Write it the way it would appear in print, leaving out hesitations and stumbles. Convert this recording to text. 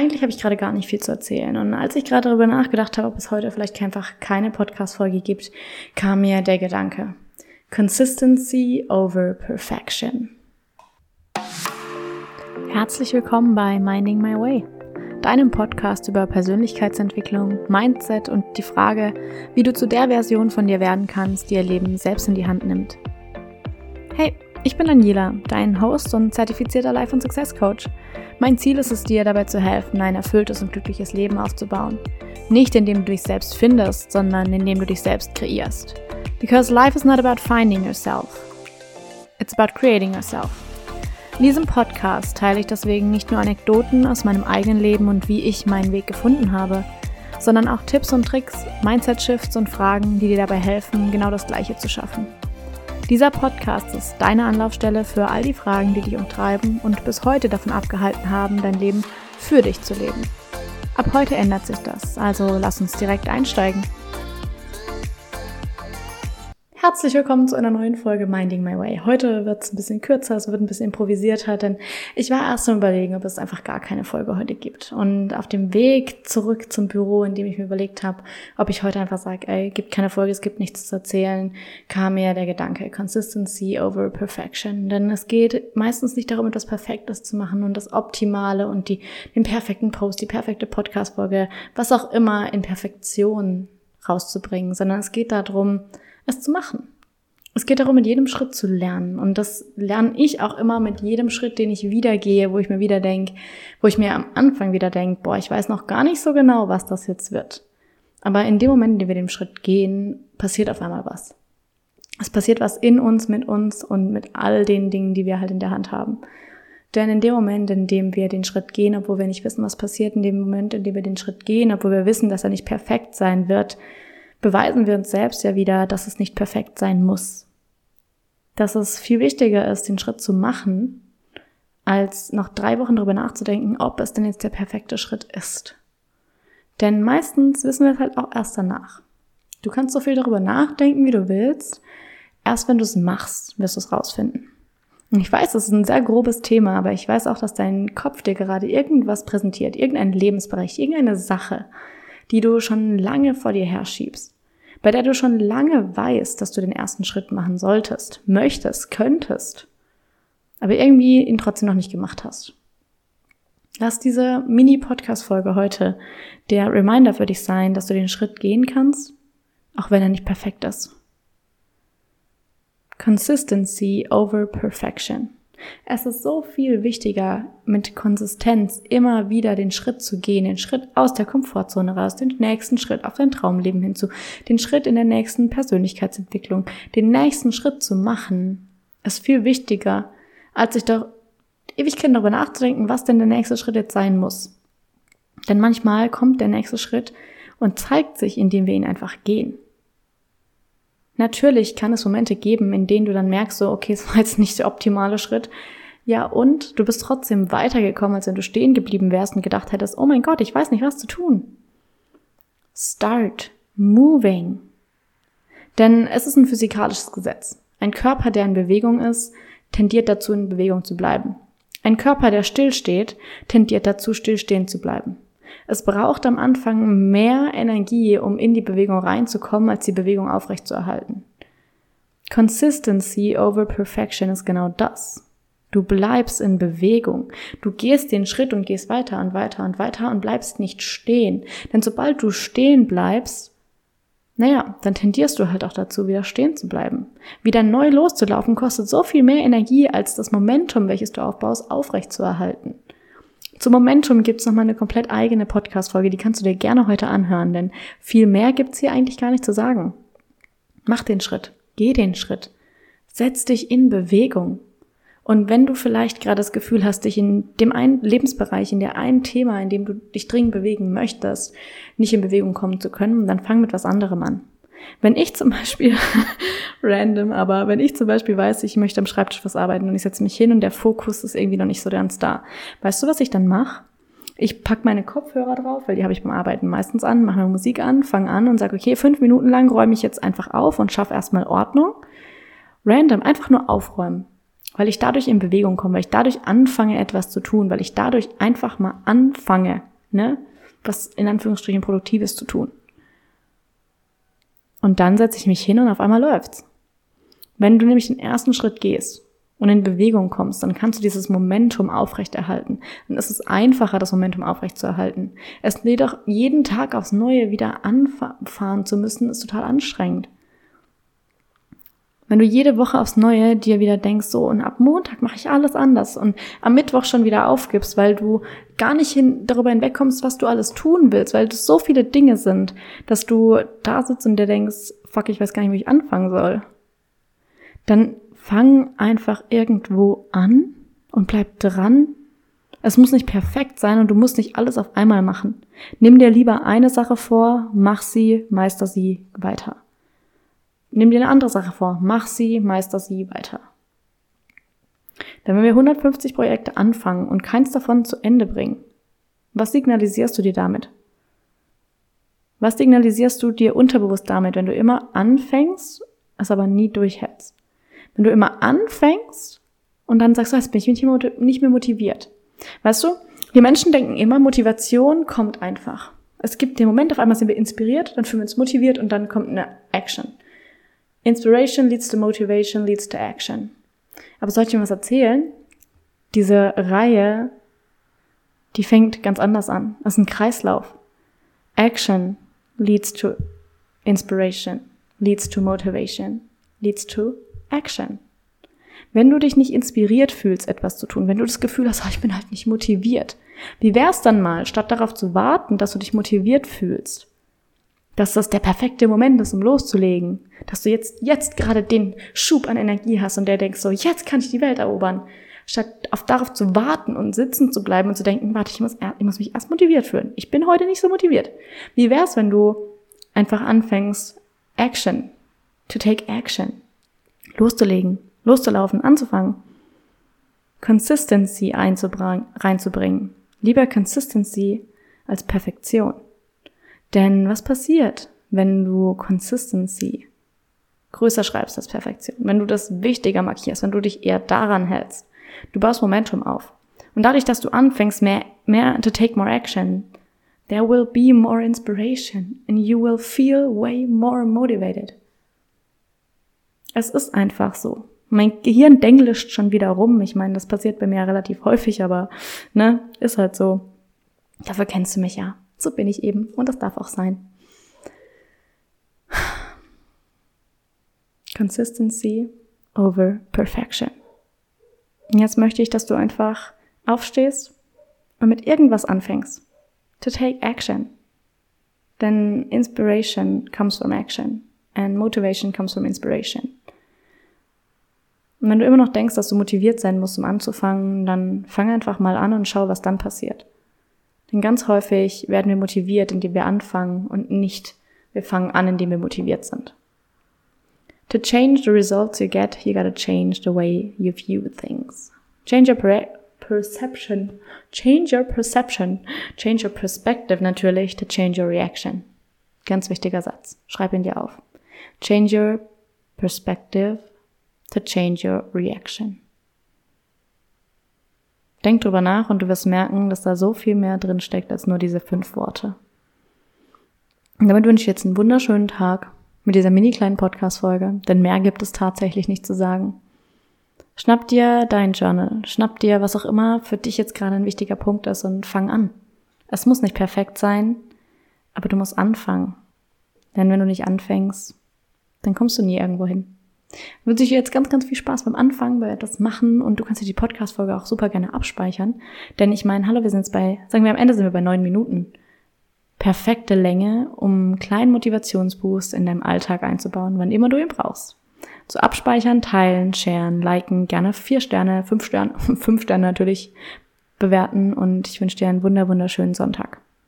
eigentlich habe ich gerade gar nicht viel zu erzählen. Und als ich gerade darüber nachgedacht habe, ob es heute vielleicht einfach keine Podcast-Folge gibt, kam mir der Gedanke: Consistency over Perfection. Herzlich willkommen bei Minding My Way, deinem Podcast über Persönlichkeitsentwicklung, Mindset und die Frage, wie du zu der Version von dir werden kannst, die ihr Leben selbst in die Hand nimmt. Hey, ich bin Daniela, dein Host und zertifizierter Life- und Success-Coach. Mein Ziel ist es, dir dabei zu helfen, ein erfülltes und glückliches Leben aufzubauen. Nicht indem du dich selbst findest, sondern indem du dich selbst kreierst. Because life is not about finding yourself. It's about creating yourself. In diesem Podcast teile ich deswegen nicht nur Anekdoten aus meinem eigenen Leben und wie ich meinen Weg gefunden habe, sondern auch Tipps und Tricks, Mindset-Shifts und Fragen, die dir dabei helfen, genau das Gleiche zu schaffen. Dieser Podcast ist deine Anlaufstelle für all die Fragen, die dich umtreiben und bis heute davon abgehalten haben, dein Leben für dich zu leben. Ab heute ändert sich das, also lass uns direkt einsteigen. Herzlich willkommen zu einer neuen Folge Minding My Way. Heute wird es ein bisschen kürzer, es wird ein bisschen improvisierter, denn ich war erst am Überlegen, ob es einfach gar keine Folge heute gibt. Und auf dem Weg zurück zum Büro, in dem ich mir überlegt habe, ob ich heute einfach sage, gibt keine Folge, es gibt nichts zu erzählen, kam mir der Gedanke, Consistency over Perfection. Denn es geht meistens nicht darum, etwas Perfektes zu machen und das Optimale und den perfekten Post, die perfekte Podcast-Folge, was auch immer in Perfektion rauszubringen, sondern es geht darum, es zu machen. Es geht darum, mit jedem Schritt zu lernen. Und das lerne ich auch immer mit jedem Schritt, den ich wieder gehe, wo ich mir am Anfang wieder denke, ich weiß noch gar nicht so genau, was das jetzt wird. Aber in dem Moment, in dem wir den Schritt gehen, passiert auf einmal was. Es passiert was in uns, mit uns und mit all den Dingen, die wir halt in der Hand haben. Denn in dem Moment, in dem wir den Schritt gehen, obwohl wir nicht wissen, was passiert, in dem Moment, in dem wir den Schritt gehen, obwohl wir wissen, dass er nicht perfekt sein wird, beweisen wir uns selbst ja wieder, dass es nicht perfekt sein muss. Dass es viel wichtiger ist, den Schritt zu machen, als noch 3 Wochen darüber nachzudenken, ob es denn jetzt der perfekte Schritt ist. Denn meistens wissen wir es halt auch erst danach. Du kannst so viel darüber nachdenken, wie du willst. Erst wenn du es machst, wirst du es rausfinden. Und ich weiß, es ist ein sehr grobes Thema, aber ich weiß auch, dass dein Kopf dir gerade irgendwas präsentiert, irgendeinen Lebensbereich, irgendeine Sache, die du schon lange vor dir herschiebst, bei der du schon lange weißt, dass du den ersten Schritt machen solltest, möchtest, könntest, aber irgendwie ihn trotzdem noch nicht gemacht hast. Lass diese Mini-Podcast-Folge heute der Reminder für dich sein, dass du den Schritt gehen kannst, auch wenn er nicht perfekt ist. Consistency over Perfection. Es ist so viel wichtiger, mit Konsistenz immer wieder den Schritt zu gehen, den Schritt aus der Komfortzone raus, den nächsten Schritt auf dein Traumleben hinzu, den Schritt in der nächsten Persönlichkeitsentwicklung, den nächsten Schritt zu machen, ist viel wichtiger, als sich da Ewigkeiten darüber nachzudenken, was denn der nächste Schritt jetzt sein muss. Denn manchmal kommt der nächste Schritt und zeigt sich, indem wir ihn einfach gehen. Natürlich kann es Momente geben, in denen du dann merkst, okay, es war jetzt nicht der optimale Schritt. Ja, und du bist trotzdem weitergekommen, als wenn du stehen geblieben wärst und gedacht hättest, oh mein Gott, ich weiß nicht, was zu tun. Start moving. Denn es ist ein physikalisches Gesetz. Ein Körper, der in Bewegung ist, tendiert dazu, in Bewegung zu bleiben. Ein Körper, der stillsteht, tendiert dazu, stillstehen zu bleiben. Es braucht am Anfang mehr Energie, um in die Bewegung reinzukommen, als die Bewegung aufrechtzuerhalten. Consistency over Perfection ist genau das. Du bleibst in Bewegung. Du gehst den Schritt und gehst weiter und weiter und weiter und bleibst nicht stehen. Denn sobald du stehen bleibst, dann tendierst du halt auch dazu, wieder stehen zu bleiben. Wieder neu loszulaufen kostet so viel mehr Energie, als das Momentum, welches du aufbaust, aufrechtzuerhalten. Zum Momentum gibt's nochmal eine komplett eigene Podcast-Folge, die kannst du dir gerne heute anhören, denn viel mehr gibt's hier eigentlich gar nicht zu sagen. Mach den Schritt, geh den Schritt, setz dich in Bewegung. Und wenn du vielleicht gerade das Gefühl hast, dich in dem einen Lebensbereich, in der einen Thema, in dem du dich dringend bewegen möchtest, nicht in Bewegung kommen zu können, dann fang mit was anderem an. Wenn ich zum Beispiel, wenn ich zum Beispiel weiß, ich möchte am Schreibtisch was arbeiten und ich setze mich hin und der Fokus ist irgendwie noch nicht so ganz da. Weißt du, was ich dann mache? Ich packe meine Kopfhörer drauf, weil die habe ich beim Arbeiten meistens an, mache mir Musik an, fange an und sage, okay, 5 Minuten lang räume ich jetzt einfach auf und schaffe erstmal Ordnung. Einfach nur aufräumen. Weil ich dadurch in Bewegung komme, weil ich dadurch anfange, etwas zu tun, weil ich dadurch einfach mal anfange, ne, was in Anführungsstrichen Produktives zu tun. Und dann setze ich mich hin und auf einmal läuft's. Wenn du nämlich den ersten Schritt gehst und in Bewegung kommst, dann kannst du dieses Momentum aufrechterhalten. Dann ist es einfacher, das Momentum aufrechtzuerhalten. Es jedoch jeden Tag aufs Neue wieder anfahren zu müssen, ist total anstrengend. Wenn du jede Woche aufs Neue dir wieder denkst, so, und ab Montag mache ich alles anders und am Mittwoch schon wieder aufgibst, weil du gar nicht darüber hinwegkommst, was du alles tun willst, weil das so viele Dinge sind, dass du da sitzt und dir denkst, fuck, ich weiß gar nicht, wie ich anfangen soll. Dann fang einfach irgendwo an und bleib dran. Es muss nicht perfekt sein und du musst nicht alles auf einmal machen. Nimm dir lieber eine Sache vor, mach sie, meister sie weiter. Nimm dir eine andere Sache vor, mach sie, meister sie weiter. Denn wenn wir 150 Projekte anfangen und keins davon zu Ende bringen, was signalisierst du dir damit? Was signalisierst du dir unterbewusst damit, wenn du immer anfängst, es aber nie durchhältst? Wenn du immer anfängst und dann sagst, jetzt bin ich nicht mehr motiviert. Weißt du, die Menschen denken immer, Motivation kommt einfach. Es gibt den Moment, auf einmal sind wir inspiriert, dann fühlen wir uns motiviert und dann kommt eine Action. Inspiration leads to motivation, leads to action. Aber soll ich dir was erzählen? Diese Reihe, die fängt ganz anders an. Das ist ein Kreislauf. Action leads to inspiration, leads to motivation, leads to action. Wenn du dich nicht inspiriert fühlst, etwas zu tun, wenn du das Gefühl hast, ich bin halt nicht motiviert, wie wär's dann mal, statt darauf zu warten, dass du dich motiviert fühlst, dass das der perfekte Moment ist, um loszulegen, dass du jetzt gerade den Schub an Energie hast und der denkst so, jetzt kann ich die Welt erobern, statt darauf zu warten und sitzen zu bleiben und zu denken, warte, ich muss mich erst motiviert fühlen. Ich bin heute nicht so motiviert. Wie wär's, wenn du einfach anfängst, to take action, loszulegen, loszulaufen, anzufangen, Consistency reinzubringen. Lieber Consistency als Perfektion. Denn was passiert, wenn du Consistency größer schreibst als Perfektion? Wenn du das wichtiger markierst, wenn du dich eher daran hältst. Du baust Momentum auf. Und dadurch, dass du anfängst, mehr to take more action, there will be more inspiration and you will feel way more motivated. Es ist einfach so. Mein Gehirn denglischt schon wieder rum. Ich meine, das passiert bei mir ja relativ häufig, aber ist halt so. Dafür kennst du mich ja. So bin ich eben und das darf auch sein. Consistency over perfection. Und jetzt möchte ich, dass du einfach aufstehst und mit irgendwas anfängst. To take action. Denn inspiration comes from action and motivation comes from inspiration. Und wenn du immer noch denkst, dass du motiviert sein musst, um anzufangen, dann fang einfach mal an und schau, was dann passiert. Denn ganz häufig werden wir motiviert, indem wir anfangen und nicht, wir fangen an, indem wir motiviert sind. To change the results you get, you gotta change the way you view things. Change your perception. Change your perception. Change your perspective natürlich to change your reaction. Ganz wichtiger Satz. Schreib ihn dir auf. Change your perspective to change your reaction. Denk drüber nach und du wirst merken, dass da so viel mehr drin steckt als nur diese 5 Worte. Und damit wünsche ich jetzt einen wunderschönen Tag mit dieser mini kleinen Podcast-Folge, denn mehr gibt es tatsächlich nicht zu sagen. Schnapp dir dein Journal, schnapp dir, was auch immer für dich jetzt gerade ein wichtiger Punkt ist und fang an. Es muss nicht perfekt sein, aber du musst anfangen. Denn wenn du nicht anfängst, dann kommst du nie irgendwo hin. Ich wünsche dir jetzt ganz, ganz viel Spaß beim Anfangen, bei etwas machen und du kannst dir die Podcast-Folge auch super gerne abspeichern. Denn ich meine, hallo, am Ende sind wir bei 9 Minuten. Perfekte Länge, um einen kleinen Motivationsboost in deinem Alltag einzubauen, wann immer du ihn brauchst. So abspeichern, teilen, sharen, liken, gerne 4 Sterne, 5 Sterne natürlich bewerten und ich wünsche dir einen wunderschönen Sonntag.